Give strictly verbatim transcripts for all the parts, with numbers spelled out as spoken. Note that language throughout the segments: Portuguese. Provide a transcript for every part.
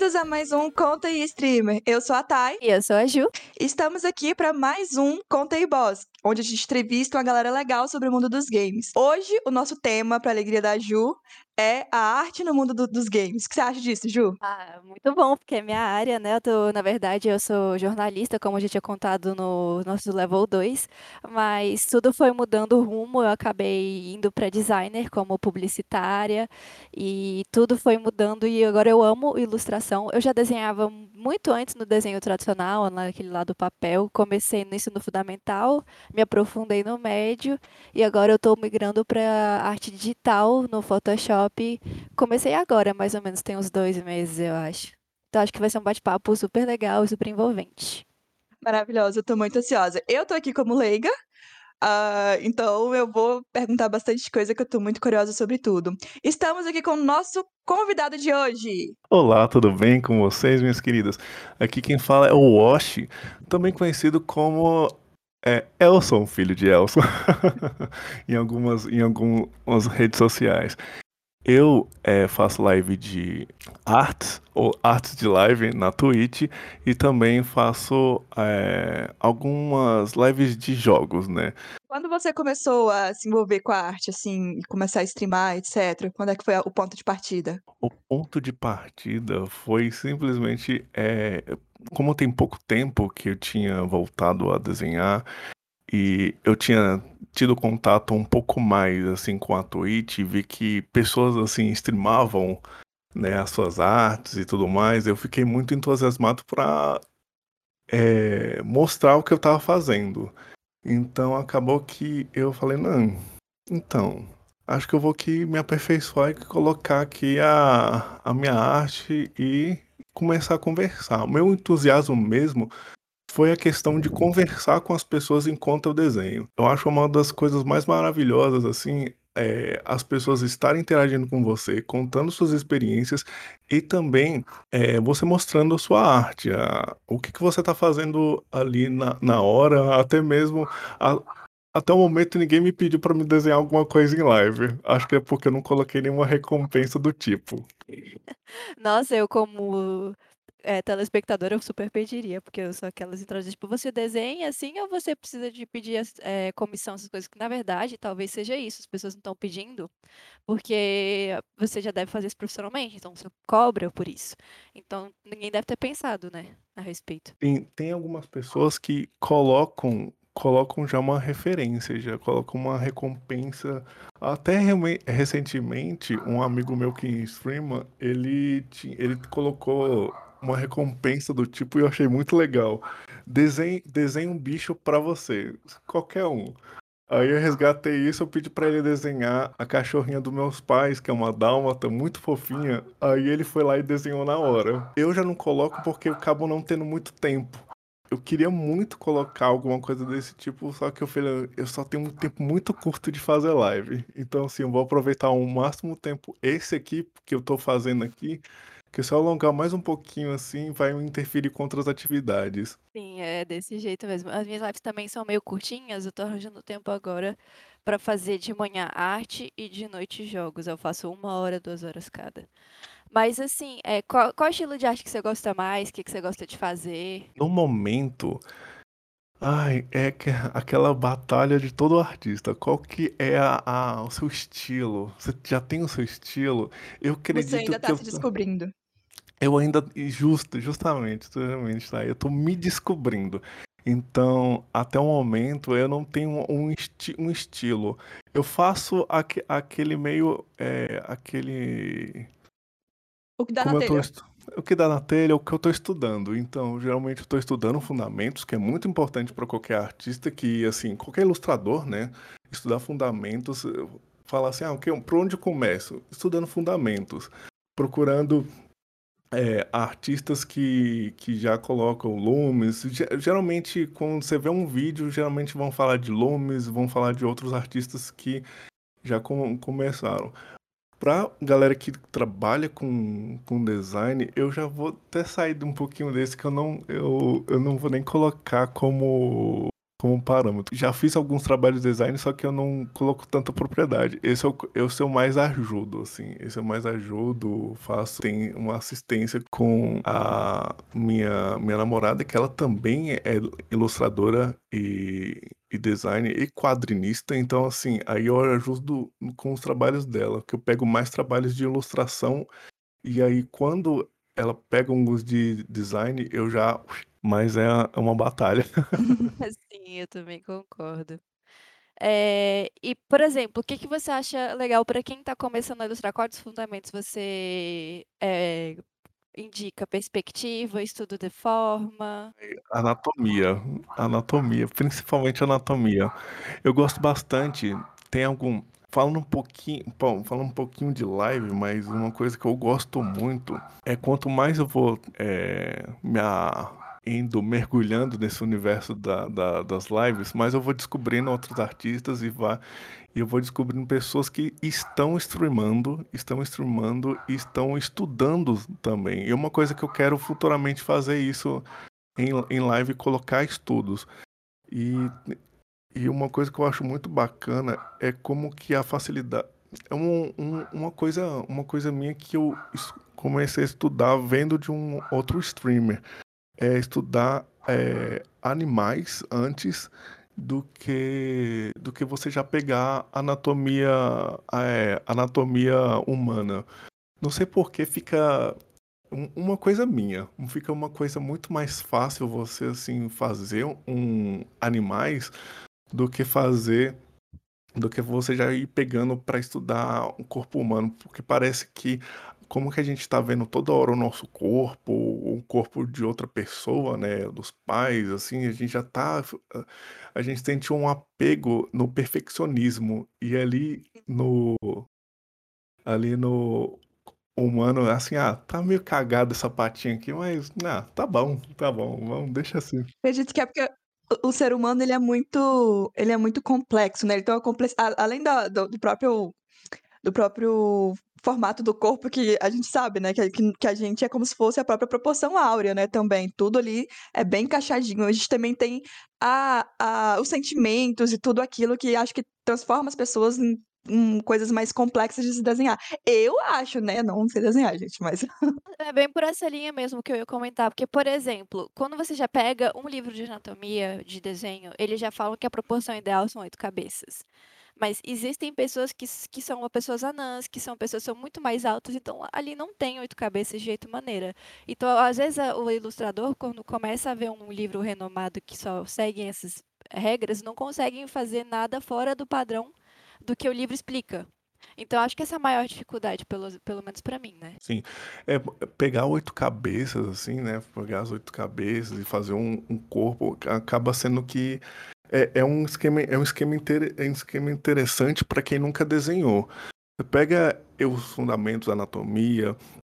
Bem-vindos a mais um Conta e Streamer. Eu sou a Thay E eu sou a Ju. e estamos aqui para mais um Conta e Boss, onde a gente entrevista uma galera legal sobre o mundo dos games. Hoje, o nosso tema, para alegria da Ju, é a arte no mundo do- dos games. O que você acha disso, Ju? Ah, muito bom, porque é minha área, né? Eu tô, na verdade, eu sou jornalista, como eu já tinha contado no nosso Level dois, mas tudo foi mudando o rumo. Eu acabei indo para designer como publicitária e tudo foi mudando e agora eu amo ilustração. Eu já desenhava muito antes no desenho tradicional, naquele lá do papel. Comecei no ensino fundamental, me aprofundei no médio e agora eu estou migrando para arte digital no Photoshop. Comecei agora, mais ou menos, tem uns dois meses, eu acho. Então acho que vai ser um bate-papo super legal e super envolvente. Maravilhosa, eu tô muito ansiosa. Eu tô aqui como leiga, ah, então eu vou perguntar bastante coisa que eu tô muito curiosa sobre tudo. Estamos aqui com o nosso convidado de hoje. Olá, tudo bem com vocês, minhas queridas? Aqui quem fala é o Wash, também conhecido como é, Elson, filho de Elson, em algumas, em algumas redes sociais. Eu é, faço live de artes, ou artes de live na Twitch, e também faço é, algumas lives de jogos, né? Quando você começou a se envolver com a arte, assim, e começar a streamar, etcétera, quando é que foi a- o ponto de partida? O ponto de partida foi simplesmente, é, como tem pouco tempo que eu tinha voltado a desenhar, e eu tinha tido contato um pouco mais, assim, com a Twitch, e vi que pessoas, assim, streamavam, né, as suas artes e tudo mais. Eu fiquei muito entusiasmado para mostrar o que eu estava fazendo. Então acabou que eu falei, não, então, acho que eu vou aqui me aperfeiçoar e colocar aqui a, a minha arte e começar a conversar. O meu entusiasmo mesmo foi a questão de conversar com as pessoas enquanto eu desenho. Eu acho uma das coisas mais maravilhosas, assim, é, as pessoas estarem interagindo com você, contando suas experiências e também é, você mostrando a sua arte, a- o que, que você está fazendo ali na, na hora, até mesmo. a- Até o momento ninguém me pediu para me desenhar alguma coisa em live. Acho que é porque eu não coloquei nenhuma recompensa do tipo. Nossa, eu como eh, telespectadora eu super pediria, porque eu sou aquelas introduções, tipo, você desenha assim ou você precisa de pedir as- eh, comissão, essas coisas, que na verdade talvez seja isso, as pessoas não estão pedindo, porque você já deve fazer isso profissionalmente, então você cobra por isso. Então ninguém deve ter pensado, né, a respeito. Tem, tem algumas pessoas que colocam, colocam já uma referência, já colocam uma recompensa. Até reme- recentemente, um amigo meu que streama, ele, ti- ele colocou uma recompensa do tipo e eu achei muito legal. Desenhe, desenhe um bicho pra você, qualquer um. Aí eu resgatei isso, eu pedi pra ele desenhar a cachorrinha dos meus pais, que é uma dálmata muito fofinha. Aí ele foi lá e desenhou na hora. Eu já não coloco porque eu acabo não tendo muito tempo. Eu queria muito colocar alguma coisa desse tipo, só que eu falei, eu só tenho um tempo muito curto de fazer live. Então, assim, eu vou aproveitar ao máximo tempo esse aqui que eu tô fazendo aqui, que se eu alongar mais um pouquinho assim, vai interferir com outras atividades. Sim, é desse jeito mesmo. As minhas lives também são meio curtinhas, eu tô arranjando tempo agora pra fazer de manhã arte e de noite jogos. Eu faço uma hora, duas horas cada. Mas assim, é, qual, qual estilo de arte que você gosta mais? O que que você gosta de fazer? No momento, ai, é que- aquela batalha de todo artista. Qual que é a, a- o seu estilo? Você já tem o seu estilo? Eu Você acredito ainda que tá eu, se descobrindo. eu ainda, e justo, justamente, justamente, tá? Eu tô me descobrindo. Então, até o momento, eu não tenho um, esti um estilo. Eu faço aque- aquele meio, é, aquele O que dá na como eu tô, telha. estu- o que dá na telha é o que eu estou estudando. Então, geralmente eu estou estudando fundamentos, que é muito importante para qualquer artista, que, assim, qualquer ilustrador, né? Estudar fundamentos, eh, falar assim, ah, ok, por onde eu começo? Estudando fundamentos, procurando é, artistas que, que já colocam lumes. Ge- Geralmente, quando você vê um vídeo, geralmente vão falar de lumes, vão falar de outros artistas que já com- começaram. Pra galera que trabalha com, com design, eu já vou até sair de um pouquinho desse que eu não, eu, eu não vou nem colocar como. como parâmetro. Já fiz alguns trabalhos de design, só que eu não coloco tanta propriedade. Esse eu, esse eu mais ajudo, assim. Esse eu mais ajudo, faço. Tem uma assistência com a minha, minha namorada, que ela também é ilustradora e, e designer e quadrinista. Então, assim, aí eu ajudo com os trabalhos dela, que eu pego mais trabalhos de ilustração. E aí, quando ela pega uns de design, eu já... Mas é é uma batalha. Sim, eu também concordo. Eh, e, por exemplo, o que que você acha legal para quem está começando a ilustrar? Quais os fundamentos você, eh, indica? Perspectiva, estudo de forma? Anatomia, anatomia, principalmente anatomia. Eu gosto bastante. Tem algum. Falando um pouquinho, bom, falando um pouquinho de live, mas uma coisa que eu gosto muito é quanto mais eu vou é, me a- indo mergulhando nesse universo da- da- das lives, mais eu vou descobrindo outros artistas e, vá, e eu vou descobrindo pessoas que estão streamando, estão streamando e estão estudando também. E uma coisa que eu quero futuramente fazer isso em, em live, colocar estudos. E, e uma coisa que eu acho muito bacana é como que a facilidade. É um, um- uma coisa, uma coisa minha que eu es- comecei a estudar vendo de um outro streamer. É estudar é, animais antes do que do que você já pegar anatomia, é, anatomia humana. Não sei por que fica um- uma coisa minha, fica uma coisa muito mais fácil você assim fazer um animais do que fazer do que você já ir pegando para estudar o corpo humano, porque parece que como que a gente está vendo toda hora o nosso corpo, o corpo de outra pessoa, né, dos pais, assim, a gente já tá, a gente sente um apego no perfeccionismo e ali no ali no humano, assim, ah, tá meio cagado essa patinha aqui, mas, ah, tá bom, tá bom, vamos, deixa assim. Acredito que é porque o o ser humano ele é muito ele é muito complexo, né, ele tem uma comple a além da do do próprio do próprio formato do corpo que a gente sabe, né, que a que que a gente é como se fosse a própria proporção áurea, né, também, tudo ali é bem encaixadinho. A gente também tem a a os sentimentos e tudo aquilo que acho que transforma as pessoas em em coisas mais complexas de se desenhar. Eu acho, né, não sei desenhar gente, mas É bem por essa linha mesmo que eu ia comentar, porque, por exemplo, quando você já pega um livro de anatomia, de desenho, eles já falam que a proporção ideal são oito cabeças. Mas existem pessoas que s que são pessoas anãs, que são pessoas que são muito mais altas, então ali não tem oito cabeças de jeito maneira. Então, às vezes, a o ilustrador, quando começa a ver um livro renomado que só segue essas regras, não conseguem fazer nada fora do padrão do que o livro explica. Então acho que essa é a maior dificuldade, pelo pelo menos para mim, né. Sim, é pegar oito cabeças, assim, né? Pegar as oito cabeças e fazer um, um corpo acaba sendo que é, é um esquema, é um esquema, inter, é um esquema interessante para quem nunca desenhou. Você pega os fundamentos da anatomia,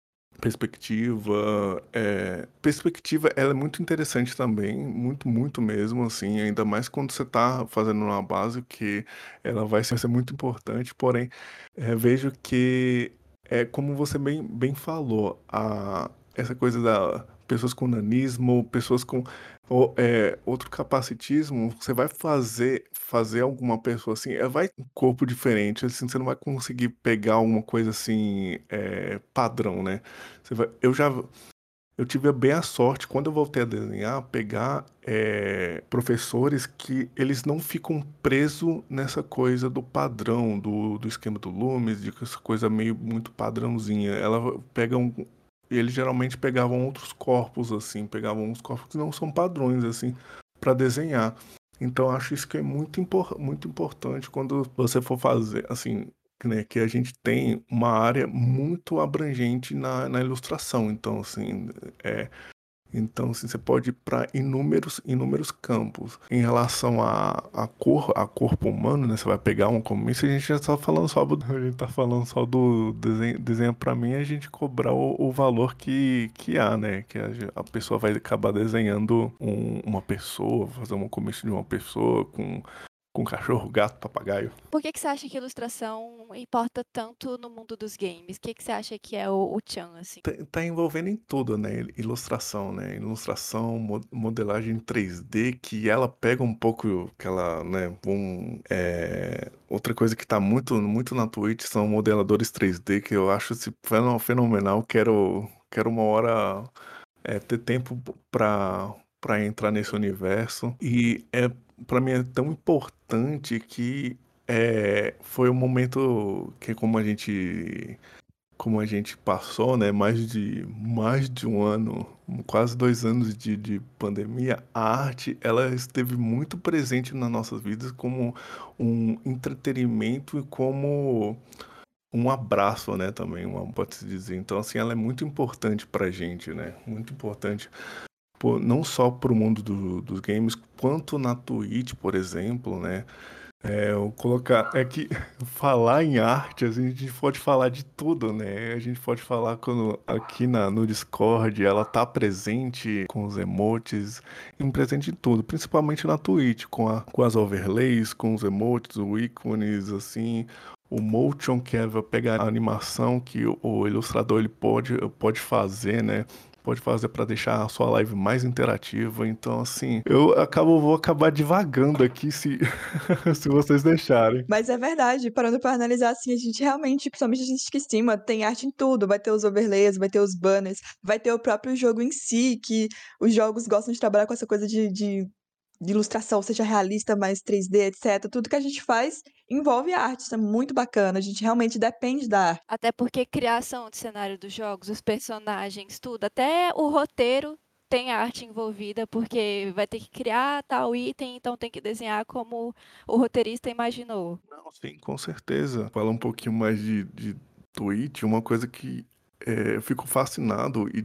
perspectiva, é, perspectiva ela é muito interessante também, muito, muito mesmo, assim, ainda mais quando você está fazendo uma base que ela vai ser, vai ser muito importante, porém, é, vejo que é como você bem, bem falou, a, essa coisa da pessoas com nanismo, pessoas com o- é, outro capacitismo, você vai fazer fazer alguma pessoa assim, é, vai com um corpo diferente, assim, você não vai conseguir pegar alguma coisa assim, é, padrão, né? Você vai- eu já eu tive bem a sorte, quando eu voltei a desenhar, pegar eh, professores que eles não ficam presos nessa coisa do padrão, do, do esquema do Loomis, de essa coisa meio muito padrãozinha. Ela pega um, eles geralmente pegavam outros corpos, assim, pegavam uns corpos que não são padrões, assim, para desenhar. Então, eu acho isso que é muito, impor- muito importante quando você for fazer, assim, né, que a gente tem uma área muito abrangente na, na ilustração. Então, assim, é, então, assim, você pode ir para inúmeros, inúmeros campos. Em relação à à cor, a corpo humano, né? Você vai pegar um começo, a gente já está falando só do, a gente tá falando só do desenho, desenho para mim, a gente cobrar o, o valor que, que há, né? Que a, ge- a pessoa vai acabar desenhando um- uma pessoa, fazer um começo de uma pessoa com com cachorro, gato, papagaio. Por que que você acha que ilustração importa tanto no mundo dos games? O que que você acha que é o, o tchan, assim? Tá, tá envolvendo em tudo, né? Ilustração, né? Ilustração, mo- modelagem três D, que ela pega um pouco aquela, né? Um, é, outra coisa que tá muito, muito na Twitch são modeladores três D, que eu acho esse fenô- fenomenal. Quero, quero uma hora é, ter tempo pra, pra entrar nesse universo. E é, pra mim é tão importante que é, foi um momento que, como a gente como a gente passou, né, mais de mais de um ano, quase dois anos de, de pandemia, a arte ela esteve muito presente nas nossas vidas como um entretenimento e como um abraço, né, também, uma, pode-se dizer. Então, assim, ela é muito importante pra gente, né, muito importante, pô, não só pro mundo do- dos games, quanto na Twitch, por exemplo, né, é, eu colocar. É que falar em arte, assim, a gente pode falar de tudo, né? A gente pode falar quando aqui na, no Discord ela tá presente com os emotes, em presente em tudo, principalmente na Twitch, com, a, com as overlays, com os emotes, os ícones, assim. O motion, que é pegar a animação que o, o ilustrador ele pode, pode fazer, né? Pode fazer para deixar a sua live mais interativa. Então, assim, eu acabo, vou acabar divagando aqui se, se vocês deixarem. Mas é verdade, parando pra analisar assim, a gente realmente, principalmente a gente que estima, tem arte em tudo. Vai ter os overlays, vai ter os banners, vai ter o próprio jogo em si, que os jogos gostam de trabalhar com essa coisa de, de, de ilustração, seja realista, mais três D, etcétera. Tudo que a gente faz envolve arte, isso é muito bacana. A gente realmente depende da arte. Até porque criação de cenário dos jogos, os personagens, tudo, até o roteiro tem arte envolvida, porque vai ter que criar tal item, então tem que desenhar como o roteirista imaginou. Não, sim, com certeza. Falar um pouquinho mais de, de Twitch, uma coisa que é, eu fico fascinado e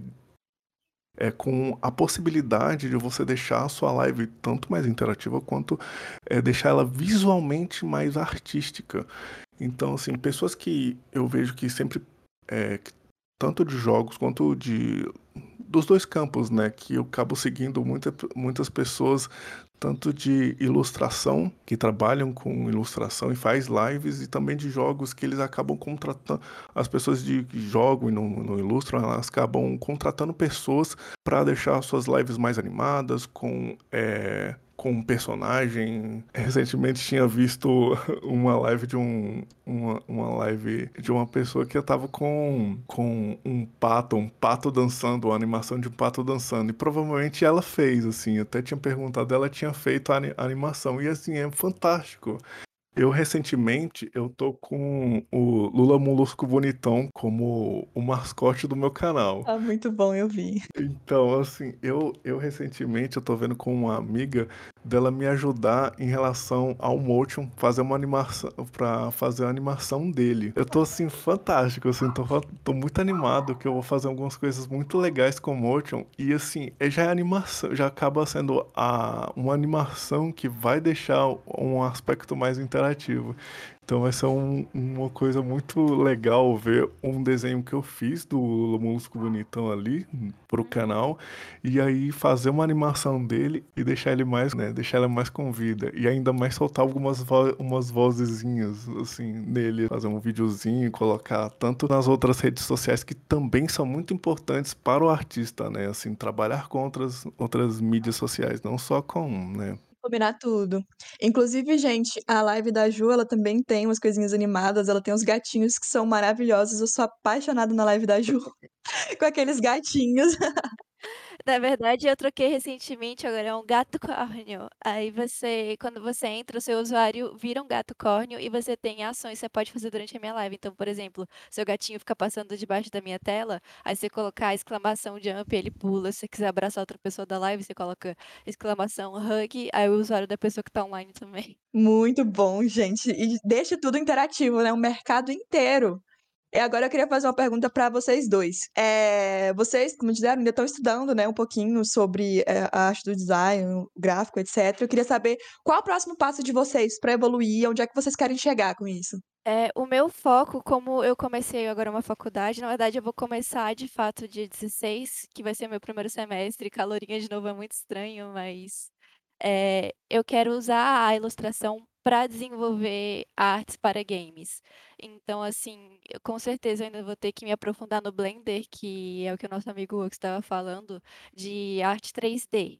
é com a possibilidade de você deixar a sua live tanto mais interativa quanto é, deixar ela visualmente mais artística. Então, assim, pessoas que eu vejo que sempre, é, que tanto de jogos quanto de dos dois campos, né, que eu acabo seguindo muita, muitas pessoas tanto de ilustração, que trabalham com ilustração e faz lives, e também de jogos que eles acabam contratando, as pessoas de, que jogam e não, não ilustram, elas acabam contratando pessoas para deixar suas lives mais animadas, com, é, com um personagem. Recentemente tinha visto uma live de um, uma, uma live de uma pessoa que eu tava com, com um pato, um pato dançando, uma animação de um pato dançando, e provavelmente ela fez, assim, eu até tinha perguntado, ela tinha feito a, ani- a animação, e assim, é fantástico. Eu recentemente eu tô com o Lula Molusco Bonitão como o mascote do meu canal. Ah, muito bom, eu vi. Então, assim, eu, eu recentemente eu tô vendo com uma amiga dela me ajudar em relação ao motion, fazer uma animação, pra fazer a animação dele. Eu tô, assim, fantástico, assim, tô, fa- tô muito animado que eu vou fazer algumas coisas muito legais com o motion e, assim, é, já é animação, já acaba sendo a, uma animação que vai deixar um aspecto mais interativo. Então vai ser um- uma coisa muito legal ver um desenho que eu fiz do Lula Molusco Bonitão ali pro canal e aí fazer uma animação dele e deixar ele mais, né, deixar ele mais com vida e ainda mais soltar algumas vo umas vozezinhas assim nele, fazer um videozinho e colocar tanto nas outras redes sociais que também são muito importantes para o artista, né, assim, trabalhar com outras outras mídias sociais, não só com, né. Combinar tudo. Inclusive, gente, a live da Ju, ela também tem umas coisinhas animadas, ela tem uns gatinhos que são maravilhosos. Eu sou apaixonada na live da Ju com aqueles gatinhos. Na verdade, eu troquei recentemente, agora é um gato córneo. Aí você, quando você entra, o seu usuário vira um gato córneo e você tem ações que você pode fazer durante a minha live. Então, por exemplo, seu gatinho fica passando debaixo da minha tela, aí você colocar a exclamação jump, ele pula. Se você quiser abraçar outra pessoa da live, você coloca exclamação hug, aí o usuário da pessoa que tá online também. Muito bom, gente. E deixa tudo interativo, né? O mercado inteiro. E agora eu queria fazer uma pergunta para vocês dois. É, vocês, como disseram, ainda estão estudando, né, um pouquinho sobre é, a arte do design, o gráfico, etcétera. Eu queria saber qual é o próximo passo de vocês para evoluir, onde é que vocês querem chegar com isso? É, o meu foco, como eu comecei agora uma faculdade, na verdade eu vou começar de fato dia dezesseis, que vai ser meu primeiro semestre. Calorinha de novo é muito estranho, mas é, eu quero usar a ilustração para desenvolver artes para games. Então, assim, eu com certeza ainda vou ter que me aprofundar no Blender, que é o que o nosso amigo Hux estava falando, de arte três D.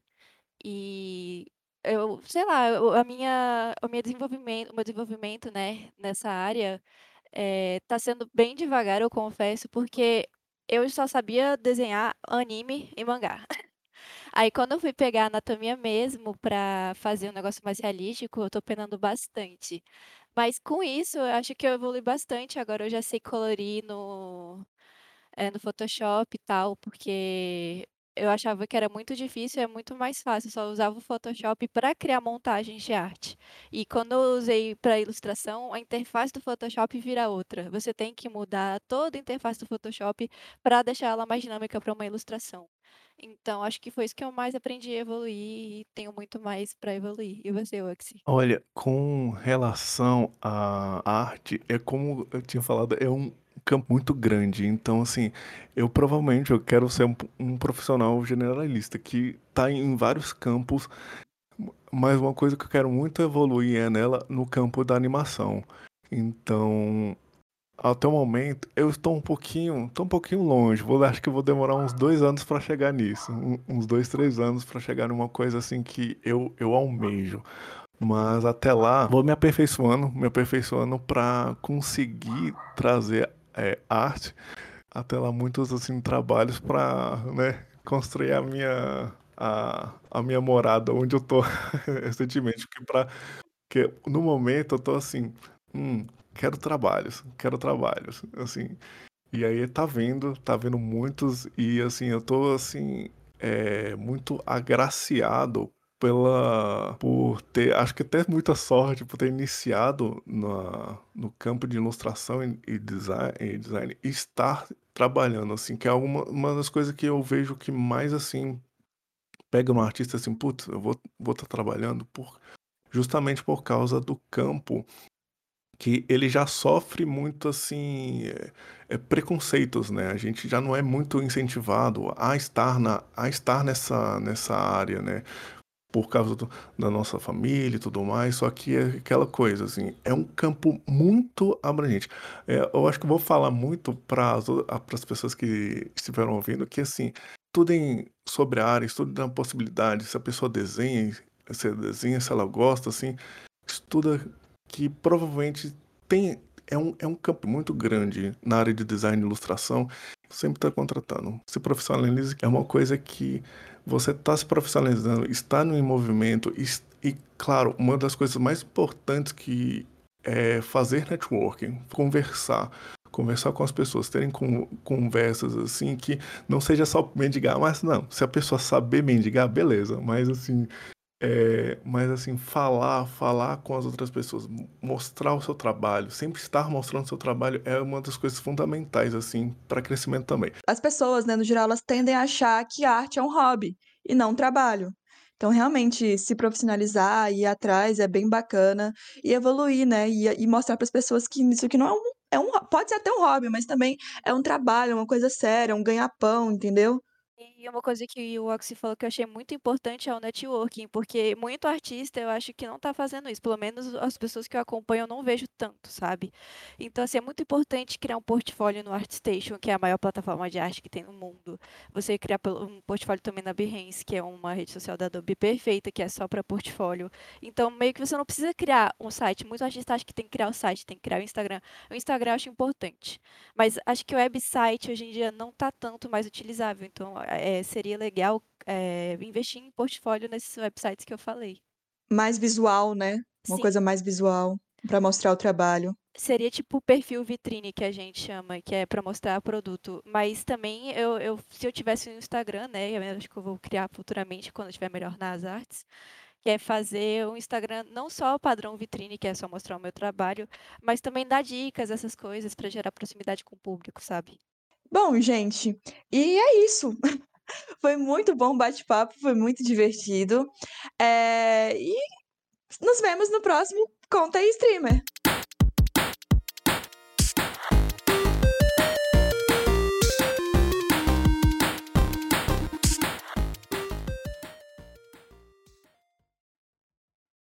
E eu, sei lá, eu- a minha, o meu desenvolvimento, o meu desenvolvimento, né, nessa área eh, tá sendo bem devagar, eu confesso, porque eu só sabia desenhar anime e mangá. Aí quando eu fui pegar a anatomia mesmo pra fazer um negócio mais realístico, eu tô penando bastante. Mas com isso, eu acho que eu evolui bastante. Agora eu já sei colorir no, eh, no Photoshop e tal, porque eu achava que era muito difícil, é muito mais fácil. Eu só usava o Photoshop para criar montagens de arte. E quando eu usei para ilustração, a interface do Photoshop vira outra. Você tem que mudar toda a interface do Photoshop para deixar ela mais dinâmica para uma ilustração. Então, acho que foi isso que eu mais aprendi a evoluir e tenho muito mais para evoluir. E você, Waxi? Olha, com relação à arte, é como eu tinha falado, é um campo muito grande. Então, assim, eu provavelmente eu quero ser um, um profissional generalista que está em vários campos, mas uma coisa que eu quero muito evoluir é nela no campo da animação. Então, até o momento, eu estou um pouquinho, estou um pouquinho longe. Vou, acho que vou demorar uns dois anos para chegar nisso, um- uns dois, três anos para chegar numa coisa assim que eu, eu almejo. Mas até lá, vou me aperfeiçoando, me aperfeiçoando para conseguir trazer é, arte. Até lá, muitos assim trabalhos para, né, construir a minha a, a minha morada onde eu tô recentemente, porque para que no momento eu tô assim, hum, quero trabalhos, quero trabalhos, assim. E aí tá vindo, tá vindo muitos e assim, eu tô assim, é, muito agraciado pela por ter, acho que até muita sorte por ter iniciado na, no campo de ilustração e, e design, e design e estar trabalhando assim, que é uma, uma das coisas que eu vejo que mais assim pega no artista assim, putz, eu vou vou estar trabalhando por justamente por causa do campo que ele já sofre muito assim, eh eh, preconceitos, né, a gente já não é muito incentivado a estar na a estar nessa nessa área, né, por causa do da nossa família e tudo mais, só que é aquela coisa, assim, é um campo muito abrangente. Eh, eu acho que eu vou falar muito para as pessoas que estiveram ouvindo que, assim, estudem sobre a área, estudem a possibilidade, se a pessoa desenha, se desenha, se ela gosta, assim, estuda que provavelmente tem é um é um campo muito grande na área de design e ilustração, sempre está contratando. Se profissionalize, é uma coisa que você está se profissionalizando, está no em movimento es e, claro, uma das coisas mais importantes que é fazer networking, conversar, conversar com as pessoas, terem con conversas, assim, que não seja só mendigar, mas não, se a pessoa saber mendigar, beleza, mas assim, é, mas assim, falar, falar com as outras pessoas, mo- mostrar o seu trabalho, sempre estar mostrando o seu trabalho é uma das coisas fundamentais, assim, para crescimento também. As pessoas, né, no geral, elas tendem a achar que arte é um hobby e não um trabalho. Então, realmente, se profissionalizar, ir atrás é bem bacana e evoluir, né? E, e mostrar para as pessoas que isso aqui não é um, é um, ho- pode ser até um hobby, mas também é um trabalho, é uma coisa séria, é um ganha-pão, entendeu? E uma coisa que o Oxy falou que eu achei muito importante é o networking, porque muito artista eu acho que não tá fazendo isso, pelo menos as pessoas que eu acompanho eu não vejo tanto, sabe? Então, assim, é muito importante criar um portfólio no ArtStation, que é a maior plataforma de arte que tem no mundo. Você criar pelo- um portfólio também na Behance, que é uma rede social da Adobe perfeita, que é só para portfólio. Então, meio que você não precisa criar um site. Muitos artistas acham que tem que criar o site, tem que criar o Instagram. O Instagram eu acho importante. Mas acho que o website hoje em dia não está tanto mais utilizável. Então, eh, seria legal, eh, investir em portfólio nesses websites que eu falei. Mais visual, né? Uma Sim, coisa mais visual para mostrar o trabalho. seria tipo o perfil vitrine que a gente chama, que é para mostrar produto. Mas também, eu, eu- se eu tivesse um Instagram, né? Eu acho que eu vou criar futuramente, quando eu estiver melhor nas artes, que é fazer um Instagram não só padrão vitrine, que é só mostrar o meu trabalho, mas também dar dicas, essas coisas, para gerar proximidade com o público, sabe? Bom, gente, e é isso. Foi muito bom o bate-papo, foi muito divertido. É, e nos vemos no próximo Conta aí, Streamer.